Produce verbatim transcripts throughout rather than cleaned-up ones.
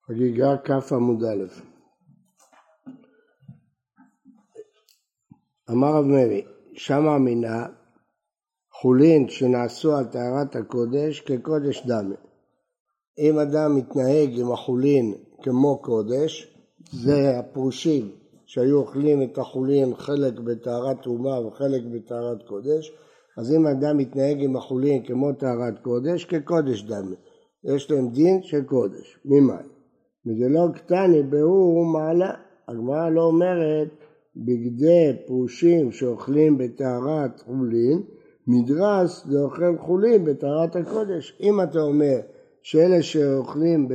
חגיגה כף עמוד א'. אמר רב מאיר, שמה אמינה חולין שנעשו על טהרת הקודש כקודש דמה. אם אדם מתנהג עם החולין כמו קודש, זה הפרושים שהיו אוכלים את החולין חלק בטהרת תרומה וחלק בטהרת קודש, אז אם אדם מתנהג עם החולין כמו טהרת קודש, כקודש דמה. יש להם דין של קודש. ממאי? מגלו קטני ברור מעלה. הגמרא לא אומרת בגדי פרושים שאוכלים בטהרת חולין, מדרס זה אוכל חולין בטהרת הקודש. אם אתה אומר שאלה שאוכלים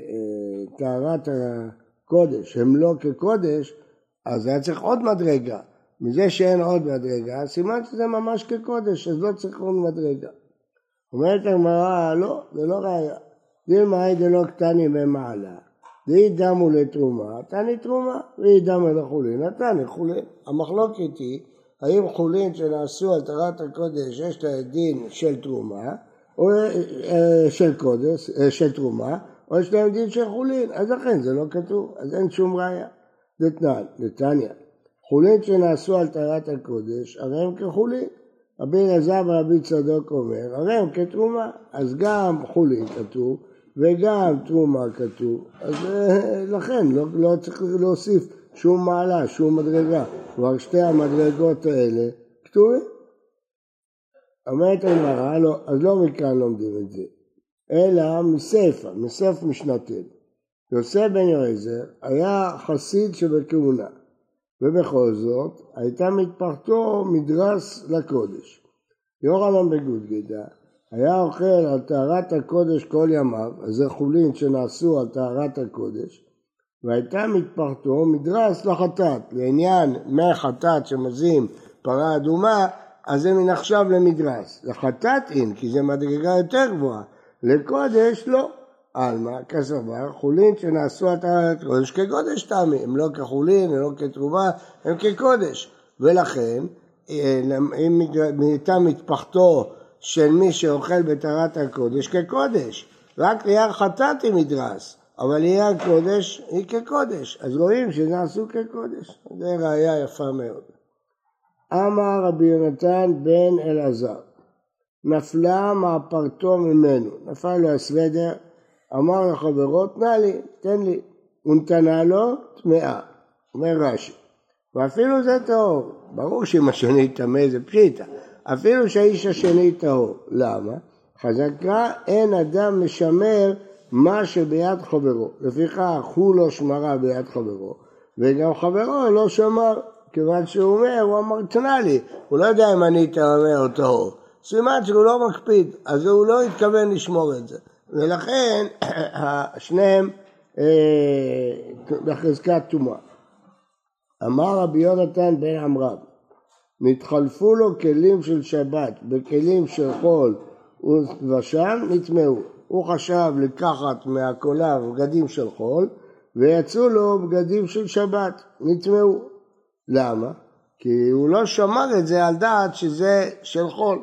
בטהרת הקודש הם לא כקודש, אז היה צריך עוד מדרגה. מזה שאין עוד מדרגה, סימן שזה ממש כקודש, אז לא צריך עוד מדרגה. אומרת הגמרא, לא, זה לא ראיה. דילמה דלא קטני במעלה. דהי דמו לתרומה, תני תרומה, והיא דמו לחולין, נתני חולין. המחלוקת היא, האם חולין שנעשו על טהרת הקודש יש לה דין של תרומה, או של קודש, של תרומה, או יש להם דין של חולין, אז לכן זה לא כתוב, אז אין שום ראיה. דתנן, דתניא, חולין שנעשו על טהרת הקודש, הרי הם כחולין. רבי אלעזר ורבי צדוק אומר, הרי הם כתרומה, אז גם חולין כתוב, וגם תרומה כתוב, אז לכן לא, לא צריך להוסיף שום מעלה, שום מדרגה, כבר שתי המדרגות האלה כתובים. אומרת הגמרא, לא, אז לא מכאן לומדים את זה, אלא מספר, מספר משנתנו. יוסף בן יועזר היה חסיד שבכהונה, ובכל זאת הייתה מתפרתו מדרס לקודש. יורם בגודגדה היה אוכל על טהרת הקודש כל ימיו, אז זה חולין שנעשו על טהרת הקודש, והייתה מתפרתו מדרס לחטאת, לעניין מי חטאת שמזים פרה אדומה, אז זה מנחשב למדרס. לחטאת אין, כי זה מדרגה יותר גבוהה, לקודש לא. אלמה, כסבר, חולין שנעשו על טהרת הקודש כקודש תמי, הם לא כחולין, הם לא כתרומה, הם כקודש. ולכן, אם הייתה מתפרתו של מי שאוכל בטהרת הקודש כקודש, רק ליד חטאת היא מדרס, אבל ליד קודש היא כקודש, אז רואים שנעשו כקודש, זה ראיה יפה מאוד. אמר רבי יונתן בן אלעזר, נפלה מעפרתו ממנו, נפל לו הסוודר, אמר לחברו, תנה לי, תן לי, ונתנה לו טמאה, אומר רש"י, ואפילו זה טהור, ברור שאם השני טמא זה פשיטה, אפילו שהאיש השני טהור. למה? חזקה אין אדם משמר מה שביד חברו. לפיכך הוא לא שמרה ביד חברו, וגם חברו לא שמר, כיוון שהוא אומר, הוא אמר תנה לי, הוא לא יודע אם אני טמא או טהור. סימן שהוא לא מקפיד, אז הוא לא התכוון לשמור את זה. ולכן שניהם בחזקת טומאה. אמר רבי יונתן בן עמרם, נתחלפו לו כלים של שבת בכלים של חול ושם נטמעו. הוא חשב לקחת מהקולב בגדים של חול ויצאו לו בגדים של שבת, נטמעו. למה? כי הוא לא שמר את זה על דעת שזה של חול.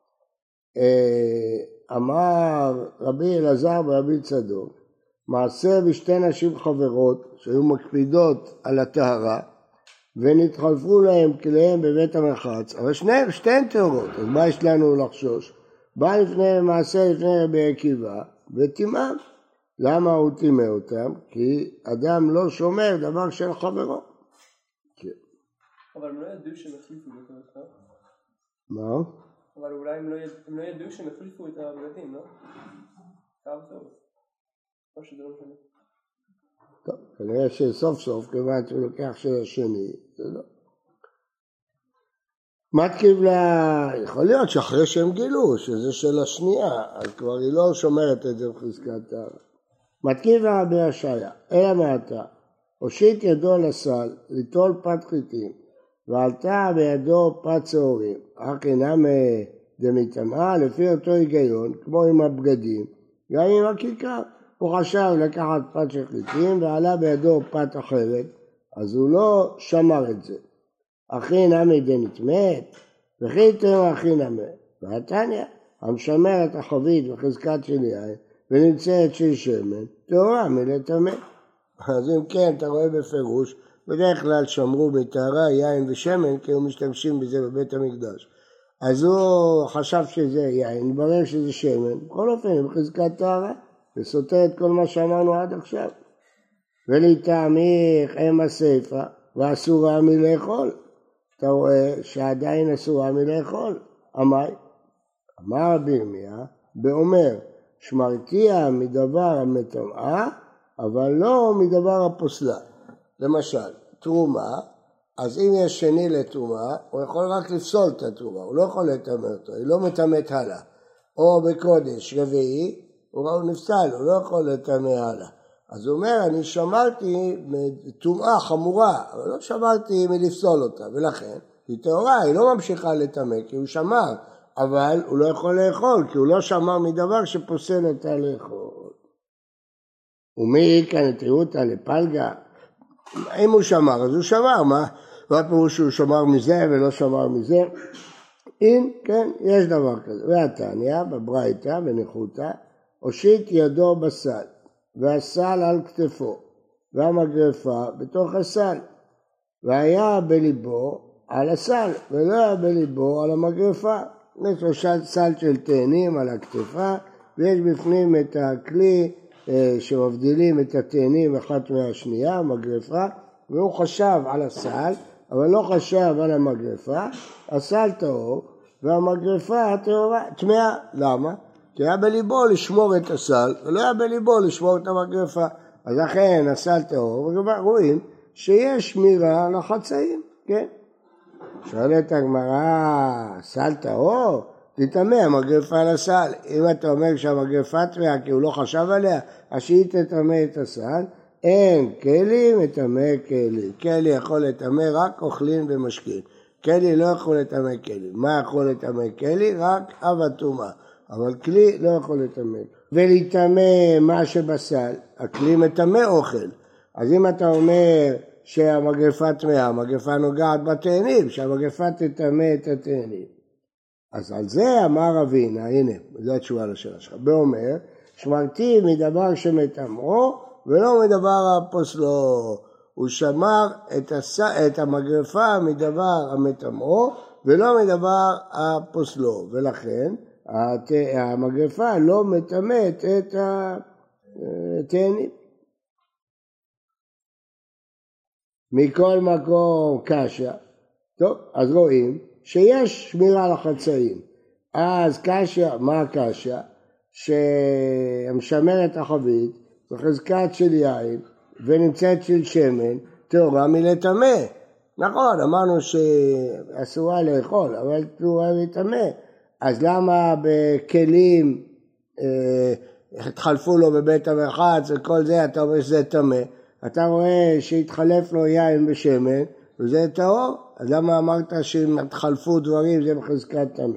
אמר רבי אלעזר ורבי צדוק, מעשה בשתי נשים חברות שהיו מקפידות על הטהרה, ונתחלפו להם כליהם בבית המרחץ, אבל שניהם, שתיהן טהורות, אז מה יש לנו לחשוש? בא לפני מעשה לפני רבי עקיבא, וטימאם. למה הוא טימא אותם? כי אדם לא שומר דבר של חברו. אבל הם לא ידעו שהם החליפו את המרחץ? מה? אבל אולי הם לא ידעו שהם החליפו את הבגדים, לא? טוב טוב. לא שזה לא משנה. טוב, כנראה שסוף סוף, כיוון שהוא לוקח של השני, זה לא. מתקיב לה, יכול להיות שאחרי שהם גילו, שזה של השנייה, אז כבר היא לא שומרת את זה בחזקת טהרה. מתקיב לה בהשעיה, אלא מעתה, הושיט ידו לסל, ליטול פת חיטים, ועלתה בידו פת שעורים, רק אינם דמיטמאה, לפי אותו היגיון, כמו עם הבגדים, גם עם הכיכר. הוא חשב לקחת פת של חיטים ועלה בידו פת אחרת, אז הוא לא שמר את זה. אחי נמי דנטמאת, וכי תראה אחי נמי. והתניא, המשמר את החבית בחזקת של יין, ונמצאת של שמן, טהורה מלטמא. אז אם כן, אתה רואה בפירוש, בדרך כלל שמרו בטהרה יין ושמן, כי הם משתמשים בזה בבית המקדש. אז הוא חשב שזה יין, התברר שזה שמן, בכל אופן, הם בחזקת טהרה, וסותר את כל מה שאמרנו עד עכשיו. ולטעמיך הם הסיפה, ואסורה מלאכול. אתה רואה שעדיין אסורה מלאכול. אמר, אמר רבי ירמיה, באומר, שמרתיה מדבר המטמאה, אבל לא מדבר הפוסלה. למשל, תרומה, אז אם יש שני לתרומה, הוא יכול רק לפסול את התרומה, הוא לא יכול לטמא אותו, היא לא מטמאת הלאה. או בקודש רביעי, הוא נפסל, הוא לא יכול לטמא הלאה. אז הוא אומר, אני שמרתי טומאה חמורה, אבל לא שמרתי מלפסול אותה, ולכן היא טהורה, היא לא ממשיכה לטמא, כי הוא שמר, אבל הוא לא יכול לאכול, כי הוא לא שמר מדבר שפוסל אותה לאכול. ומי כאן תראו אותה לפלגה? אם הוא שמר, אז הוא שמר, מה? לא פירוש שהוא שמר מזה ולא שמר מזה. אם, כן, יש דבר כזה. והתניא, בברייתא, בניחותא, הושיט ידו בסל, והסל על כתפו, והמגרפה בתוך הסל, והיה בליבו על הסל, ולא היה בליבו על המגרפה. יש לו סל של תאנים על הכתפה, ויש בפנים את הכלי שמבדילים את התאנים אחת מהשנייה, המגרפה, והוא חשב על הסל, אבל לא חשב על המגרפה. הסל טהור, והמגרפה טמאה. למה? כי היה בליבו לשמור את הסל, ולא היה בליבו לשמור את המגרפה. אז לכן הסל טהור, ורואים שיש שמירה על החצאים, כן? שואלת הגמרא, סל טהור? תטמא המגרפה על הסל. אם אתה אומר שהמגרפה טמאה כי הוא לא חשב עליה, אז שהיא תטמא את הסל. אין כלי מטמא כלי. כלי יכול לטמא רק אוכלים ומשקים. כלי לא יכול לטמא כלי. מה יכול לטמא כלי? רק אב הטומאה. אבל כלי לא יכול לטמא. ולטמא מה שבסל, הכלי מטמא אוכל. אז אם אתה אומר שהמגרפה טמאה, המגרפה נוגעת בתאנים, שהמגרפה תטמא את התאנים. אז על זה אמר רבינה, הנה, זו התשובה לשאלה שלך, באומר, שמרתי מדבר שמטמאו ולא מדבר הפוסלו. הוא שמר את, הס... את המגרפה מדבר המטמאו ולא מדבר הפוסלו, ולכן הת... המגרפה לא מטמאת את התאנים. מכל מקום קשה. טוב, אז רואים שיש שמירה לחצאים. אז קשה, מה קשה? שמשמר את החבית בחזקת של יין ונמצאת של שמן, טהורה מלטמא. נכון, אמרנו שאסורה לאכול, אבל טהורה מלטמא. אז למה בכלים אה, התחלפו לו בבית המרחץ וכל זה, אתה אומר שזה טמא? אתה רואה שהתחלף לו יין בשמן, וזה טהור, אז למה אמרת שאם התחלפו דברים זה בחזקת טמא?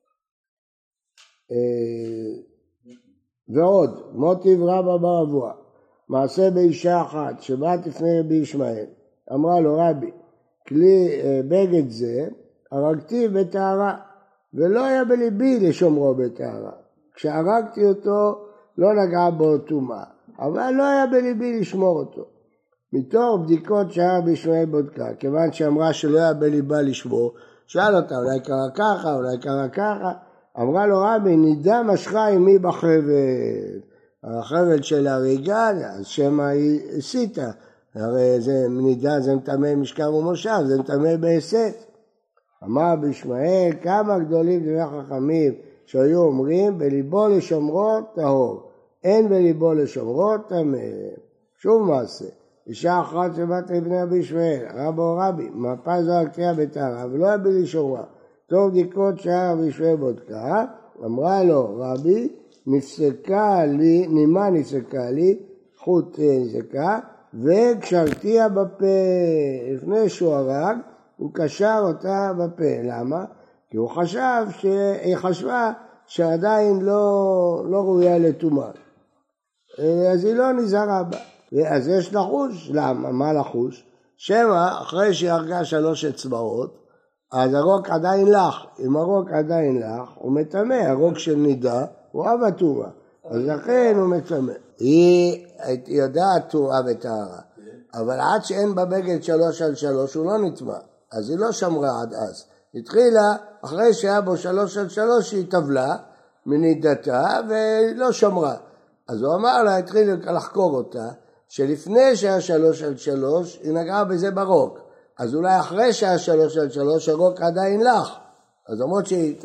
ועוד, מוטיב רבא בר אבוה, מעשה באישה אחת שבאת לפני רבי ישמעאל, אמרה לו רבי, כלי בגד זה הרגתי בטהרה, ולא היה בליבי לשומרו בטהרה. כשהרגתי אותו לא נגעה בו טומאה, אבל לא היה בליבי לשמור אותו. מתוך בדיקות שהיה בישמעאל בודקה, כיוון שאמרה שלא היה בליבה לשמור, שאל אותה, אולי קרה ככה, אולי קרה ככה, אמרה לו רבי, נידה משכה עמי בחבל. החבל של הריגה, אז שמה היא הסיתה, הרי זה נידה, זה מטמא משכב ומושב, זה מטמא בהסת. אמר בישמעאל, כמה גדולים דברי חכמים שהיו אומרים, בליבו לשומרו טהור, אין בליבו לשומרו טמא. שוב מעשה, אישה אחת שבת לבני רבי ישמעאל, רבו רבי, מפה זו הקריאה בטהרה, ולא היה בלי שומרה. טוב בדיקות שהיה רבי ישמעאל בודקה, אמרה לו, רבי, נפסקה לי, נימה נפסקה לי, חוט נפסקה, וקשרתיה בפה. לפני שהוא הרג, הוא קשר אותה בפה. למה? כי הוא חשב, היא חשבה שעדיין לא, לא ראויה לטומאה. אז היא לא נזהרה בה. אז יש לחוש. למה? מה לחוש? שמא, אחרי שהיא הרגה שלוש אצבעות, אז הרוק עדיין לך. אם הרוק עדיין לך, הוא מטמא. הרוק של נידה הוא אב הטומאה. אז לכן הוא מטמא. היא היא יודעת טומאה וטהרה, אבל עד שאין בבגד שלוש על שלוש הוא לא נטמא, אז היא לא שמרה עד אז. התחילה, אחרי שהיה בו שלוש על שלוש, היא טבלה מנידתה ולא שמרה. אז הוא אמר לה, התחיל לחקור אותה, שלפני שהיה שלוש על שלוש, היא נגעה בזה ברוק. אז אולי אחרי שהיה שלוש על שלוש, הרוק עדיין לך. אז אמרת שהיא...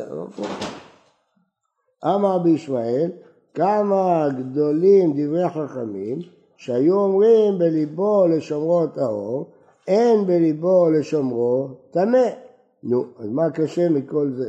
אמר רבי ישמעאל, כמה גדולים דברי חכמים, שהיו אומרים בליבו לשומרו טהור, אין בליבו לשומרו טמא. נו, אז מה קשה מכל זה?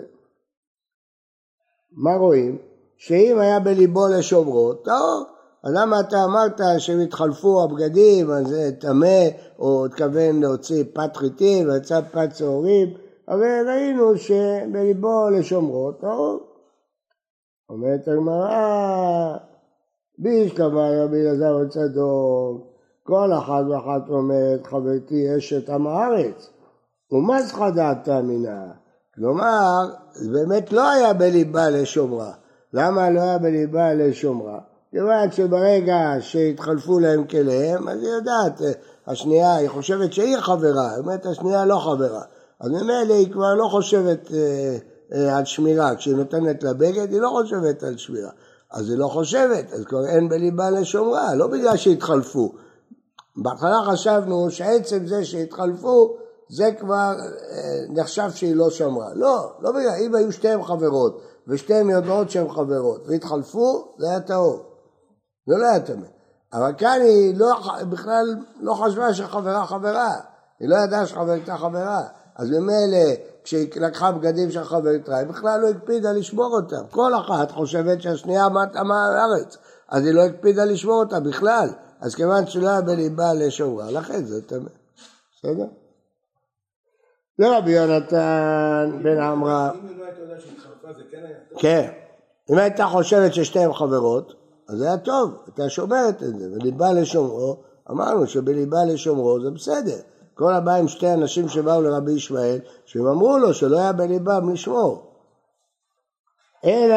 מה רואים? שאם היה בליבו לשומרו טהור, אז למה אתה אמרת שהם התחלפו הבגדים, אז זה טמא, או התכוון להוציא פת חיטים ויצא פת צהורים, אבל ראינו שבליבו לשומרו טהור. אומרת הגמרא, בישלמה רבי אלעזר בן צדוק, כל אחד ואחת אומרת, חברתי אשת עם הארץ, ומה זכה דעתה מנה? כלומר, זה באמת לא היה בליבה לשומרה. למה לא היה בליבה לשומרה? כיוון שברגע שהתחלפו להם כליהם, אז היא יודעת, השנייה, היא חושבת שהיא חברה, היא אומרת, השנייה לא חברה. אז ממילא היא כבר לא חושבת אה, אה, על שמירה, כשהיא נותנת לבגד, היא לא חושבת על שמירה. אז היא לא חושבת, אז כבר אין בליבה לשומרה, לא בגלל שהתחלפו. בהתחלה חשבנו שעצם זה שהתחלפו, זה כבר אה, נחשב שהיא לא שמרה. לא, לא בגלל, אם היו שתיהן חברות, ושתיהן יודעות שהן חברות, והתחלפו, זה היה טהור. זה לא היה טמא. אבל כאן היא לא, בכלל לא חשבה שחברה חברה. היא לא ידעה שחברתה חברה. אז ממילא, כשהיא לקחה בגדים של חברתה, היא בכלל לא הקפידה לשמור אותה. כל אחת חושבת שהשנייה מטעמה הארץ. אז היא לא הקפידה לשמור אותה בכלל. אז כיוון שלא היה בליבה לשומרה, לכן זה טמא. בסדר? זה רבי יונתן בן עמרם. אם היא לא הייתה יודעת שהתחלפה, זה כן היה טוב? כן. אם הייתה חושבת ששתיהן חברות, אז זה היה טוב, הייתה שומרת את זה, בליבה לשומרו, אמרנו שבליבה לשומרו זה בסדר. כל הבא עם שתי אנשים שבאו לרבי ישמעאל, שהם אמרו לו שלא היה בליבם לשמור. אלא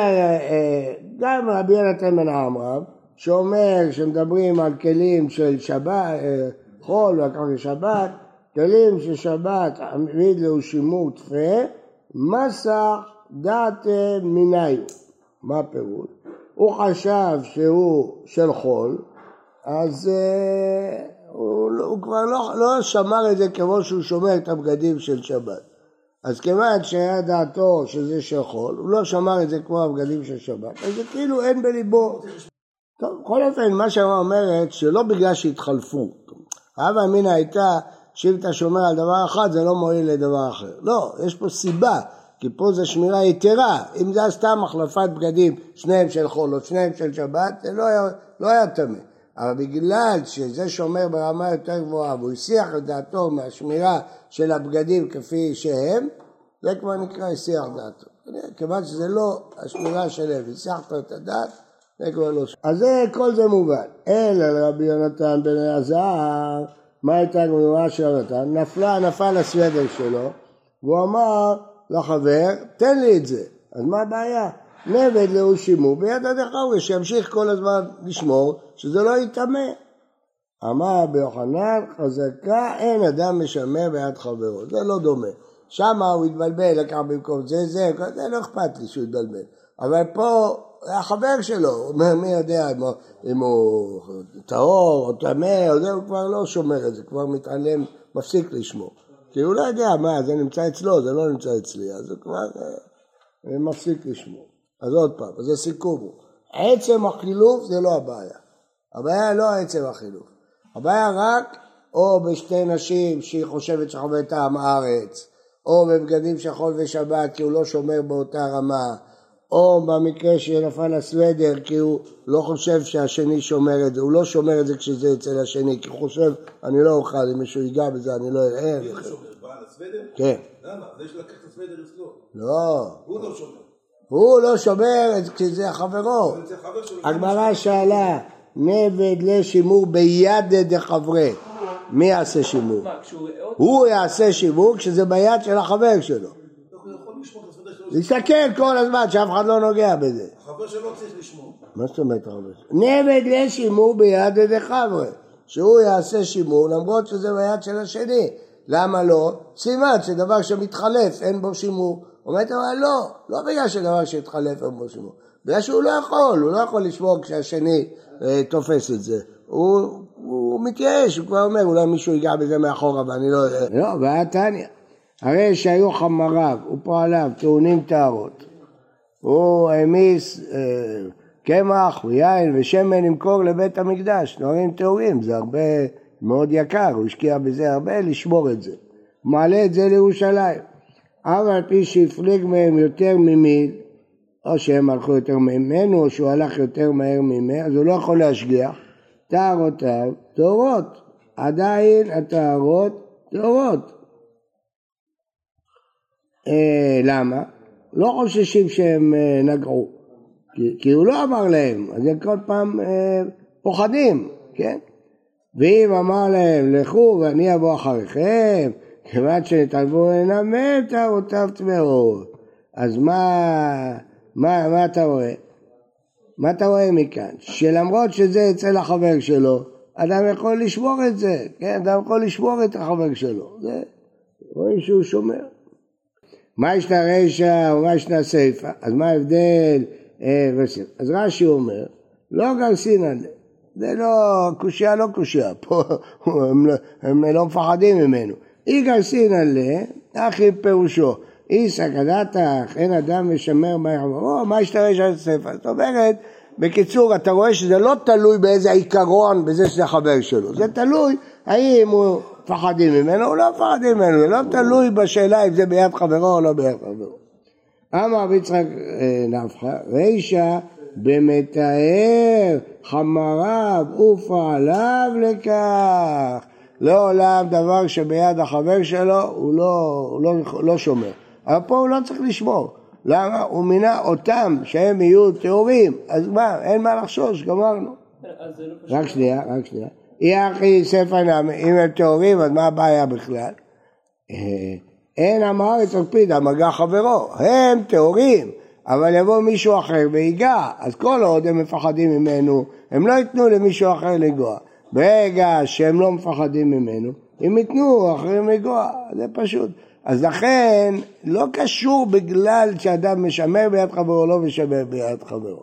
גם רבי יונתן בן עמרם, שאומר שמדברים על כלים של שבת, חול וכך שבת, כלים של שבת עמיד לו שימור תפה, מסך דעת מיניו. מה הפירוש? הוא חשב שהוא של חול, אז uh, הוא, הוא כבר לא, לא שמר את זה כמו שהוא שומר את הבגדים של שבת. אז כיוון שהיה דעתו שזה של חול, הוא לא שמר את זה כמו הבגדים של שבת, אז זה כאילו אין בליבו. טוב, בכל אופן, מה שהיא אומרת, שלא בגלל שהתחלפו. הווה אמינא הייתה, שאם אתה שומר על דבר אחד, זה לא מועיל לדבר אחר. לא, יש פה סיבה. כי פה זה שמירה יתרה, אם זה סתם החלפת בגדים, שניהם של חול או שניהם של שבת, זה לא היה, לא היה טמא. אבל בגלל שזה שומר ברמה יותר גבוהה, והוא הסיח את דעתו מהשמירה של הבגדים כפי שהם, זה כבר נקרא הסיח דעתו. כיוון שזה לא השמירה שלהם, הסיחת את הדעת, זה כבר לא שמירה. אז זה, כל זה מובן. אלא לרבי יונתן בן אלעזר, מה הייתה גמורה של יונתן? נפלה, נפל הסוודר שלו, והוא אמר, לחבר, תן לי את זה. אז מה הבעיה? נבד לו שימו ביד הדחאורי, שימשיך כל הזמן לשמור, שזה לא יטמא. אמר ביוחנן, חזקה, אין אדם משמר ביד חברו. זה לא דומה. שמה הוא התבלבל, לקח במקום זה, זה, זה לא אכפת לי שהוא התבלבל. אבל פה, החבר שלו, מי יודע אם הוא טהור או טמא, או זה, הוא כבר לא שומר את זה, כבר מתעלם, מפסיק לשמור. כי הוא לא יודע מה, זה נמצא אצלו, זה לא נמצא אצלי, אז הוא כבר מפסיק לשמור. אז עוד פעם, אז זה סיכום. עצם החילוף זה לא הבעיה. הבעיה לא עצם החילוף. הבעיה רק או בשתי נשים שהיא חושבת שחברתה עם הארץ, או בבגדים של חול ושבת כי הוא לא שומר באותה רמה, או במקרה שנפל הסוודר כי הוא לא חושב שהשני שומר את זה, הוא לא שומר את זה כשזה אצל השני, כי הוא חושב, אני לא אוכל, אם מישהו ייגע בזה, אני לא אראה. מי הוא שומר? בעל הסוודר? כן. למה? זה יש לקחת הסוודר אצלו. לא. הוא לא שומר. הוא לא שומר כשזה חברו. הגמרא שאלה, נבד לשימור ביד דחברי. מי יעשה שימור? הוא יעשה שימור כשזה ביד של החבר שלו. הוא יכול לשמור את הסוודר שלו. להסתכל כל הזמן שאף אחד לא נוגע בזה. החבר שלו צריך לשמור. מה זאת אומרת הרבה? נבד לשימור ביד ידי חבר'ה, שהוא יעשה שימור למרות שזה ביד של השני. למה לא? סימן שדבר שמתחלף אין בו שימור. אומרת אבל לא, לא בגלל שדבר שהתחלף אין בו שימור. בגלל שהוא לא יכול, הוא לא יכול לשמור כשהשני אה, תופס את זה. הוא, הוא מתייאש, הוא כבר אומר, אולי מישהו ייגע בזה מאחורה ואני לא יודע. לא, והתניא, הרי שהיו חמריו ופועליו טעונים טהרות. הוא העמיס אה, קמח ויין ושמן למכור לבית המקדש, דברים טהורים, זה הרבה מאוד יקר, הוא השקיע בזה הרבה לשמור את זה. הוא מעלה את זה לירושלים. אבל על פי שהפליג מהם יותר ממיל, או שהם הלכו יותר ממנו, או שהוא הלך יותר מהר ממנו, אז הוא לא יכול להשגיח. טהרותיו טהורות, עדיין הטהרות טהורות. אה, למה? לא חוששים שהם אה, נגעו, כי, כי הוא לא אמר להם, אז הם כל פעם אה, פוחדים, כן? ואם אמר להם, לכו ואני אבוא אחריכם, כמעט שנתעלבו אינם מהם טהרותיו טמאות. אז מה, מה, מה אתה רואה? מה אתה רואה מכאן? שלמרות שזה אצל החבר שלו, אדם יכול לשמור את זה, כן? אדם יכול לשמור את החבר שלו, זה רואים שהוא שומר. מה ישנה רשע ומה ישנה סיפה? אז מה ההבדל? אה, אז רש"י אומר, לא גרסין על זה, זה לא קושיה, לא קושיה, פה הם לא, הם לא מפחדים ממנו. אי גרסין על זה, אחי פירושו, אי סכנתך, אין אדם משמר מה יחברו, מה ישנה רשע וסיפה? זאת אומרת, בקיצור, אתה רואה שזה לא תלוי באיזה עיקרון, בזה שזה חבר שלו, זה תלוי האם הוא מפחדים ממנו או לא מפחדים ממנו, זה לא תלוי בשאלה אם זה ביד חברו או לא ביד חברו. אמר רבי יצחק נפחא, רישא במתאר חמריו ופעליו לכך. לעולם דבר שביד החבר שלו הוא לא, הוא לא, לא שומר. אבל פה הוא לא צריך לשמור. למה? הוא מינה אותם שהם יהיו טהורים. אז מה? אין מה לחשוש, גמרנו. רק שנייה, רק שנייה. אי אחי ספר נמי, אם הם טהורים, אז מה הבעיה בכלל? אין עם הארץ הקפיד, המגע חברו, הם טהורים, אבל יבוא מישהו אחר ויגע, אז כל עוד הם מפחדים ממנו, הם לא ייתנו למישהו אחר לגוע. ברגע שהם לא מפחדים ממנו, הם ייתנו אחרים לגוע, זה פשוט. אז לכן, לא קשור בגלל שאדם משמר ביד חברו, לא משמר ביד חברו.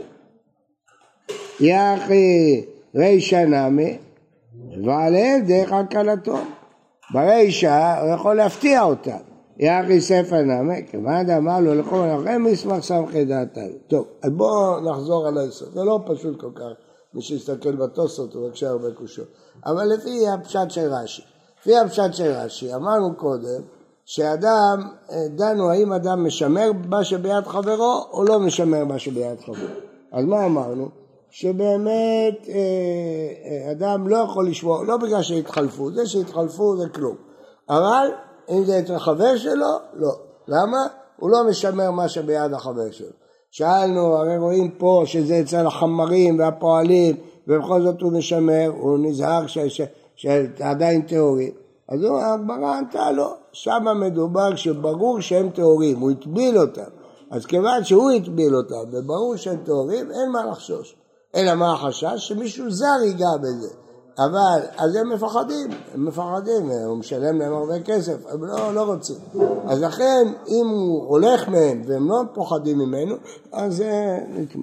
יחי רישא נמי, ועליהם דרך הקלתו. ברישא הוא יכול להפתיע אותם. יחי ספר נמי, כמעט אמר לו לכל לכם מסמך סמכי דעתם. טוב, אז בואו נחזור על היסוד. זה לא פשוט כל כך, מי שיסתכל בתוספות הוא בקשה הרבה קושות. אבל לפי הפשט של רש"י, לפי הפשט של רש"י, אמרנו קודם, שאדם, דנו האם אדם משמר מה שביד חברו או לא משמר מה שביד חברו. אז מה אמרנו? שבאמת אדם לא יכול לשמור, לא בגלל שהתחלפו, זה שהתחלפו זה כלום. אבל אם זה אצל החבר שלו, לא. למה? הוא לא משמר מה שביד החבר שלו. שאלנו, הרי רואים פה שזה אצל החמרים והפועלים, ובכל זאת הוא משמר, הוא נזהר שעדיין טהורים. אז הגמרא ענתה לו, שם מדובר שברור שהם טהורים, הוא הטביל אותם. אז כיוון שהוא הטביל אותם, וברור שהם טהורים, אין מה לחשוש. אלא מה החשש? שמישהו זר ייגע בזה. אבל, אז הם מפחדים, הם מפחדים, הוא משלם להם הרבה כסף, הם לא, לא רוצים. אז לכן, אם הוא הולך מהם, והם לא פוחדים ממנו, אז זה נתמר.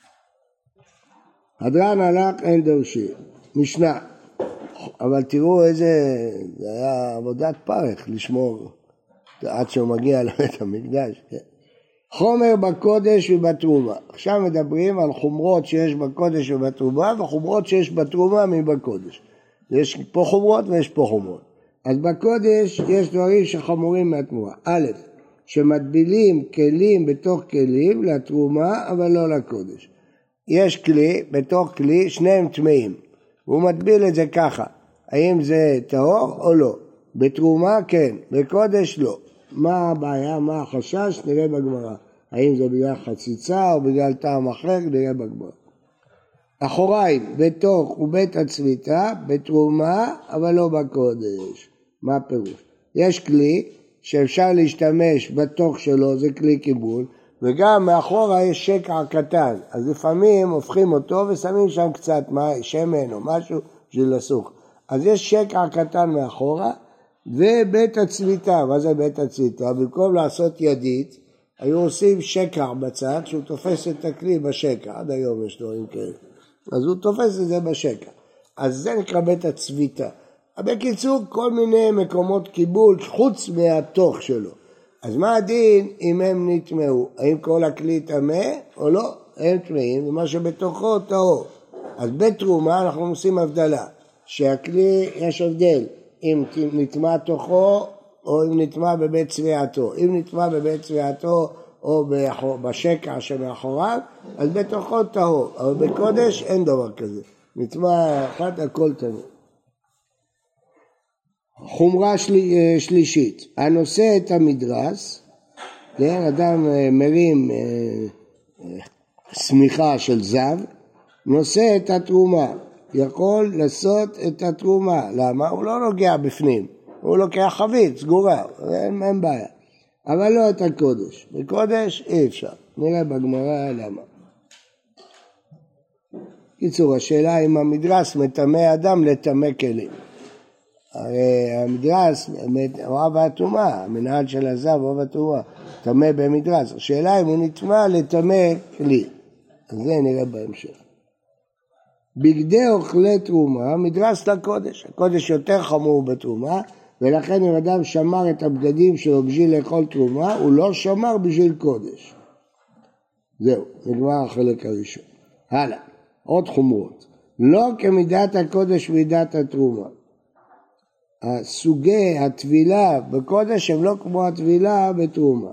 הדרן הלך אין דורשי, משנה. אבל תראו איזה, זה היה עבודת פרך לשמור עד שהוא מגיע לבית המקדש. חומר בקודש ובתרומה. עכשיו מדברים על חומרות שיש בקודש ובתרומה, וחומרות שיש בתרומה מבקודש. יש פה חומרות ויש פה חומרות. אז בקודש יש דברים שחמורים מהתרומה. א', שמטבילים כלים בתוך כלים לתרומה, אבל לא לקודש. יש כלי, בתוך כלי, שניהם טמאים. הוא מטביל את זה ככה. האם זה טהור או לא? בתרומה כן, בקודש לא. מה הבעיה, מה החשש? נראה בגמרא. האם זה בגלל חציצה או בגלל טעם אחר? נראה בגמרא. אחוריים, בתוך ובית הצביתה, בתרומה, אבל לא בקודש. מה הפירוש? יש כלי שאפשר להשתמש בתוך שלו, זה כלי קיבול, וגם מאחורה יש שקע קטן, אז לפעמים הופכים אותו ושמים שם קצת שמן או משהו בשביל לסוך. אז יש שקע קטן מאחורה, ובית הצביתה, מה זה בית הצביתה? במקום לעשות ידית, היו עושים שקע בצד, שהוא תופס את הכלי בשקע, עד היום יש דברים כאלה. אז הוא תופס את זה בשקע. אז זה נקרא בית הצביתה. בקיצור, כל מיני מקומות קיבול חוץ מהתוך שלו. אז מה הדין אם הם נטמעו? האם כל הכלי טמא או לא? הם טמאים, ומה שבתוכו טהור. אז בתרומה אנחנו עושים הבדלה, שהכלי יש הבדל אם נטמע תוכו או אם נטמע בבית צביעתו. אם נטמע בבית צביעתו או בשקע שמאחוריו, אז בתוכו טהור, אבל בקודש אין דבר כזה. נטמע אחת הכל טמא. חומרה של... שלישית, הנושא את המדרס, כן, אדם מרים סמיכה של זב, נושא את התרומה, יכול לעשות את התרומה. למה? הוא לא נוגע בפנים, הוא לוקח חבית, סגורה, אין, אין בעיה. אבל לא את הקודש, בקודש אי אפשר. נראה בגמרא למה. קיצור, השאלה אם המדרס מטמא אדם לטמא כלים. הרי המדרס, אוהב הטומאה, המנהל של הזב אוהב הטומאה, טמא במדרס. השאלה אם הוא נטמא לטמא כלי. אז זה נראה בהמשך. בגדי אוכלי תרומה, מדרס לקודש. הקודש יותר חמור בתרומה, ולכן אם אדם שמר את הבגדים שלו בשביל לאכול תרומה, הוא לא שמר בשביל קודש. זהו, נגמר החלק הראשון. הלאה, עוד חומרות. לא כמידת הקודש ומידת התרומה. סוגי הטבילה בקודש הם לא כמו הטבילה בתרומה.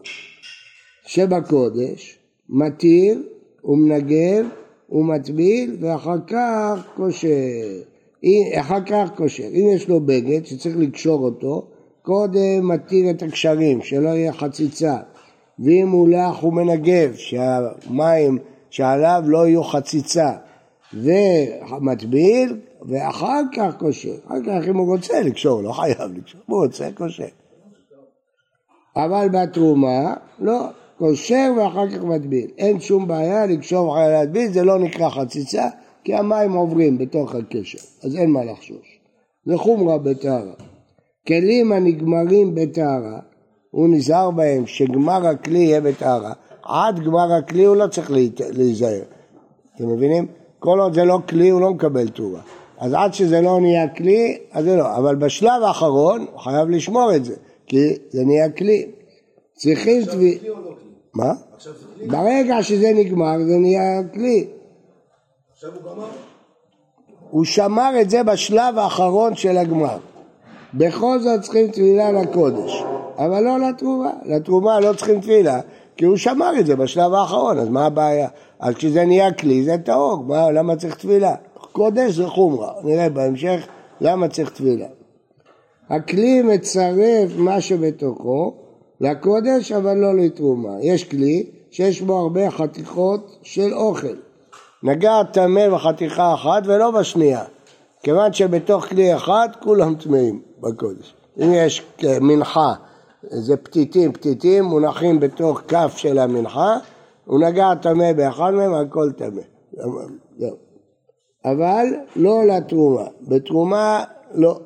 שבקודש מתיר ומנגב ומטביל ואחר כך קושר. אחר כך קושר. אם יש לו בגד שצריך לקשור אותו, קודם מתיר את הקשרים, שלא יהיה חציצה. ואם מולח הוא מנגב, שהמים שעליו לא יהיו חציצה. ומטביל ואחר כך קושר. אחר כך אם הוא רוצה לקשור, לא חייב לקשור, הוא רוצה קושר. אבל בתרומה לא, קושר ואחר כך מטביל. אין שום בעיה לקשור ואחר כך מטביל, זה לא נקרא חציצה, כי המים עוברים בתוך הקשר, אז אין מה לחשוש. זה חומרה בטהרה. כלים הנגמרים בטהרה, הוא נזהר בהם שגמר הכלי יהיה בטהרה, עד גמר הכלי הוא לא צריך להיזהר. אתם מבינים? כל עוד זה לא כלי הוא לא מקבל תורה. אז עד שזה לא נהיה כלי, אז זה לא. אבל בשלב האחרון הוא חייב לשמור את זה, כי זה נהיה כלי. צריכים... עכשיו זה כלי או לא כלי? מה? עכשיו זה כלי? ברגע שזה נגמר זה נהיה כלי. עכשיו הוא גמר? הוא שמר את זה בשלב האחרון של הגמר. בכל זאת צריכים תפילה לקודש, אבל לא לתרומה. לתרומה לא צריכים תפילה, כי הוא שמר את זה בשלב האחרון, אז מה הבעיה? אז כשזה נהיה כלי זה טהור, מה, למה צריך תפילה? קודש זה חומרה, נראה בהמשך למה צריך תפילה. הכלי מצרף מה שבתוכו לקודש אבל לא לתרומה. יש כלי שיש בו הרבה חתיכות של אוכל. נגע טמא בחתיכה אחת ולא בשנייה. כיוון שבתוך כלי אחד כולם טמאים בקודש. אם יש מנחה, זה פתיתים, פתיתים מונחים בתוך כף של המנחה, הוא נגע טמא באחד מהם, הכל טמא. אבל לא לתרומה. בתרומה לא.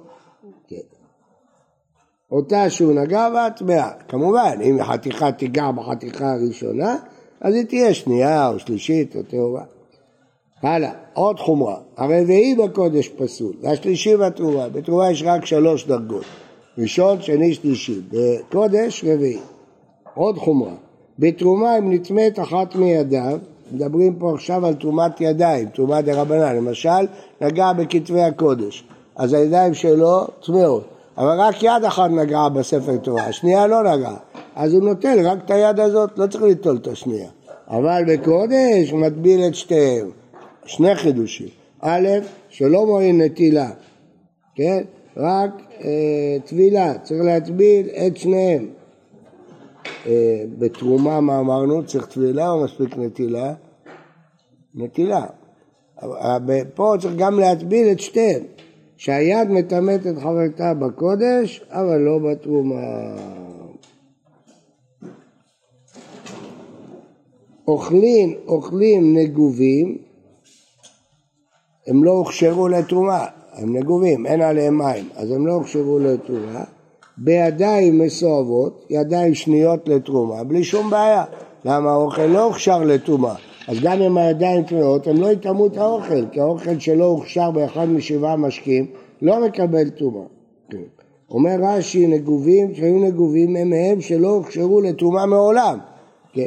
אותה שהוא נגע בה טמאה. כמובן, אם החתיכה תיגע בחתיכה הראשונה, אז היא תהיה שנייה או שלישית או טהורה. הלאה, עוד חומרה. הרביעי בקודש פסול, והשלישי בתרומה. בתרומה יש רק שלוש דרגות. ראשון, שני, שלישי. בקודש רביעי. עוד חומרה. בתרומה אם נטמאת אחת מידיו, מדברים פה עכשיו על תרומת ידיים, תרומה דרבנן. למשל, נגע בכתבי הקודש. אז הידיים שלו טמאות. אבל רק יד אחת נגעה בספר תורה, השנייה לא נגעה. אז הוא נוטל רק את היד הזאת, לא צריך לטול את השנייה. אבל בקודש הוא מטביל את שתיהם. שני חידושים. א', שלא מוריד נטילה, כן? רק אה, טבילה, צריך להטביל את שניהם. אה, בתרומה מה אמרנו, צריך טבילה או מספיק נטילה? נטילה. פה צריך גם להטביל את שתיהם. שהיד מטמאת את חברתה בקודש, אבל לא בתרומה. אוכלים, אוכלים נגובים, הם לא הוכשרו לתרומה, הם נגובים, אין עליהם מים, אז הם לא הוכשרו לתרומה, בידיים מסועבות, ידיים שניות לתרומה, בלי שום בעיה, למה האוכל לא הוכשר לתרומה, אז גם אם הידיים תרועות, הם לא יטמאו את האוכל, כי האוכל שלא הוכשר באחד משבעה משקים, לא מקבל תרומה. אומר רש"י, נגובים, שהיו נגובים הם הם שלא הוכשרו לתרומה מעולם. כן.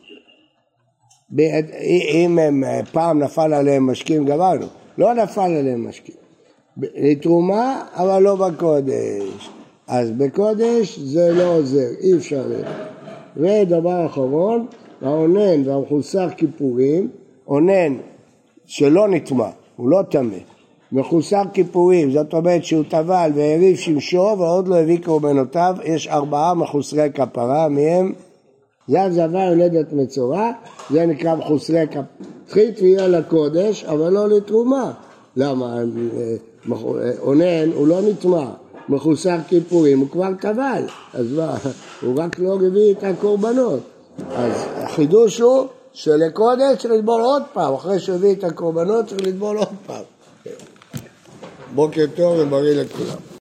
אם הם פעם נפל עליהם משקים, גמרנו. לא נפל עליהם משקים. לתרומה, אבל לא בקודש. אז בקודש זה לא עוזר, אי אפשר. ודבר אחרון, העונן והמחוסר כיפורים, עונן שלא נטמא, הוא לא טמא. מחוסר כיפורים, זאת אומרת שהוא טבל והריב שמשו ועוד לא הביא קורבנותיו, יש ארבעה מחוסרי כפרה, מהם זה הזבה יולדת מצורע, זה נקרא מחוסרי כפרה. צריכים תביעה לקודש, אבל לא לתרומה. למה? עונן הוא לא נטמא, מחוסר כיפורים הוא כבר טבל, אז מה? הוא רק לא הביא את הקורבנות. אז החידוש הוא שלקודש צריך לטבול עוד פעם, אחרי שהביא את הקורבנות צריך לטבול עוד פעם. בוקר טוב ובריא לכולם.